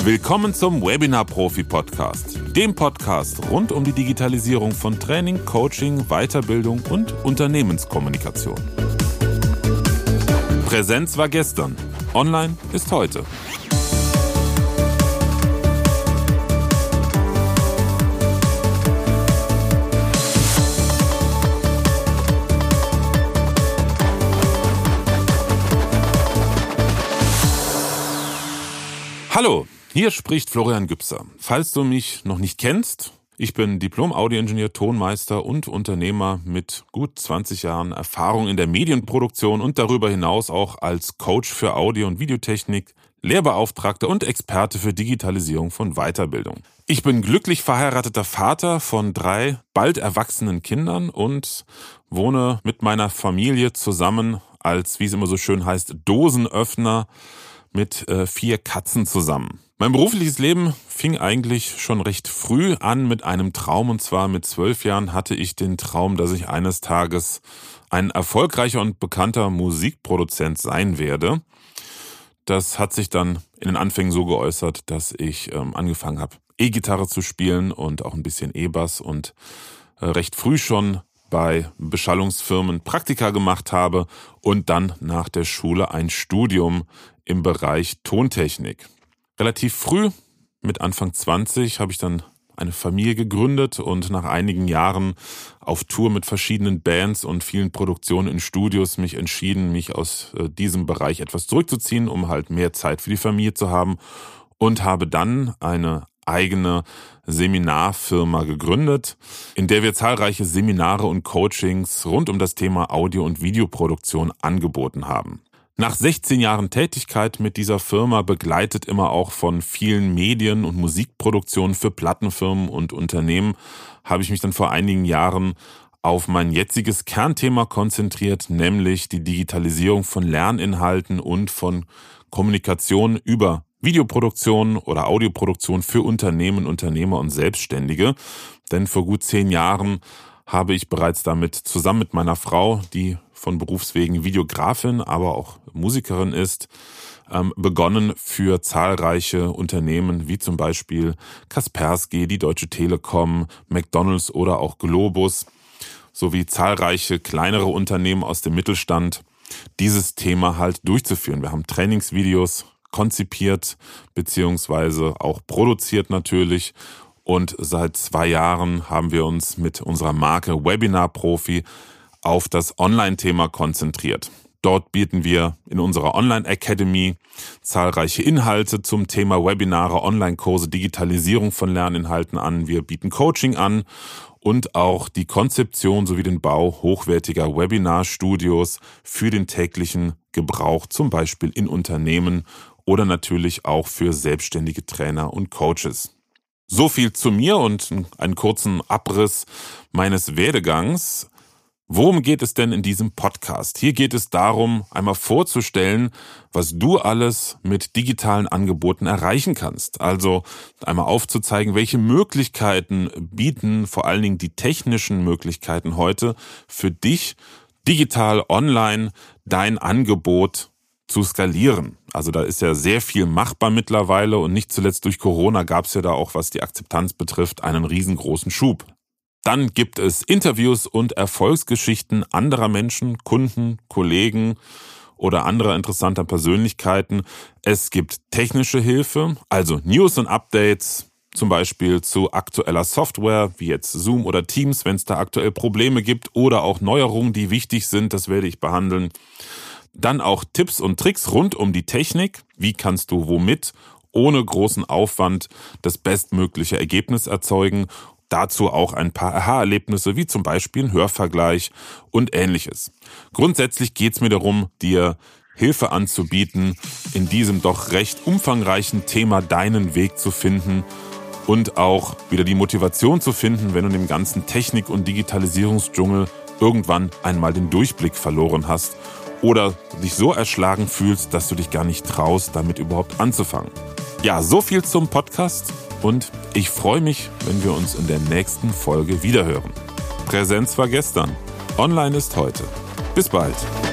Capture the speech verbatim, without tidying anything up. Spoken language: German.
Willkommen zum Webinar-Profi-Podcast, dem Podcast rund um die Digitalisierung von Training, Coaching, Weiterbildung und Unternehmenskommunikation. Präsenz war gestern, online ist heute. Hallo, hier spricht Florian Gübser. Falls du mich noch nicht kennst, ich bin Diplom-Audioingenieur, Tonmeister und Unternehmer mit gut zwanzig Jahren Erfahrung in der Medienproduktion und darüber hinaus auch als Coach für Audio- und Videotechnik, Lehrbeauftragter und Experte für Digitalisierung von Weiterbildung. Ich bin glücklich verheirateter Vater von drei bald erwachsenen Kindern und wohne mit meiner Familie zusammen als, wie es immer so schön heißt, Dosenöffner mit äh, vier Katzen zusammen. Mein berufliches Leben fing eigentlich schon recht früh an mit einem Traum, und zwar mit zwölf Jahren hatte ich den Traum, dass ich eines Tages ein erfolgreicher und bekannter Musikproduzent sein werde. Das hat sich dann in den Anfängen so geäußert, dass ich ähm, angefangen habe, E-Gitarre zu spielen und auch ein bisschen E-Bass und äh, recht früh schon bei Beschallungsfirmen Praktika gemacht habe und dann nach der Schule ein Studium im Bereich Tontechnik. Relativ früh, mit Anfang zwanzig, habe ich dann eine Familie gegründet und nach einigen Jahren auf Tour mit verschiedenen Bands und vielen Produktionen in Studios mich entschieden, mich aus diesem Bereich etwas zurückzuziehen, um halt mehr Zeit für die Familie zu haben, und habe dann eine eigene Seminarfirma gegründet, in der wir zahlreiche Seminare und Coachings rund um das Thema Audio- und Videoproduktion angeboten haben. Nach sechzehn Jahren Tätigkeit mit dieser Firma, begleitet immer auch von vielen Medien- und Musikproduktionen für Plattenfirmen und Unternehmen, habe ich mich dann vor einigen Jahren auf mein jetziges Kernthema konzentriert, nämlich die Digitalisierung von Lerninhalten und von Kommunikation über Videoproduktion oder Audioproduktion für Unternehmen, Unternehmer und Selbstständige. Denn vor gut zehn Jahren habe ich bereits damit zusammen mit meiner Frau, die von Berufswegen Videografin, aber auch Musikerin ist, ähm, begonnen, für zahlreiche Unternehmen wie zum Beispiel Kaspersky, die Deutsche Telekom, McDonald's oder auch Globus sowie zahlreiche kleinere Unternehmen aus dem Mittelstand dieses Thema halt durchzuführen. Wir haben Trainingsvideos konzipiert beziehungsweise auch produziert natürlich. Und seit zwei Jahren haben wir uns mit unserer Marke Webinar Profi auf das Online-Thema konzentriert. Dort bieten wir in unserer Online-Academy zahlreiche Inhalte zum Thema Webinare, Online-Kurse, Digitalisierung von Lerninhalten an. Wir bieten Coaching an und auch die Konzeption sowie den Bau hochwertiger Webinarstudios für den täglichen Gebrauch, zum Beispiel in Unternehmen oder natürlich auch für selbstständige Trainer und Coaches. So viel zu mir und einen kurzen Abriss meines Werdegangs. Worum geht es denn in diesem Podcast? Hier geht es darum, einmal vorzustellen, was du alles mit digitalen Angeboten erreichen kannst. Also einmal aufzuzeigen, welche Möglichkeiten bieten vor allen Dingen die technischen Möglichkeiten heute für dich, digital, online, dein Angebot zu skalieren. Also da ist ja sehr viel machbar mittlerweile und nicht zuletzt durch Corona gab es ja da auch, was die Akzeptanz betrifft, einen riesengroßen Schub. Dann gibt es Interviews und Erfolgsgeschichten anderer Menschen, Kunden, Kollegen oder anderer interessanter Persönlichkeiten. Es gibt technische Hilfe, also News und Updates, zum Beispiel zu aktueller Software, wie jetzt Zoom oder Teams, wenn es da aktuell Probleme gibt oder auch Neuerungen, die wichtig sind, das werde ich behandeln. Dann auch Tipps und Tricks rund um die Technik. Wie kannst du womit ohne großen Aufwand das bestmögliche Ergebnis erzeugen? Dazu auch ein paar Aha-Erlebnisse, wie zum Beispiel ein Hörvergleich und Ähnliches. Grundsätzlich geht es mir darum, dir Hilfe anzubieten, in diesem doch recht umfangreichen Thema deinen Weg zu finden und auch wieder die Motivation zu finden, wenn du in dem ganzen Technik- und Digitalisierungsdschungel irgendwann einmal den Durchblick verloren hast oder dich so erschlagen fühlst, dass du dich gar nicht traust, damit überhaupt anzufangen. Ja, so viel zum Podcast und ich freue mich, wenn wir uns in der nächsten Folge wiederhören. Präsenz war gestern, online ist heute. Bis bald.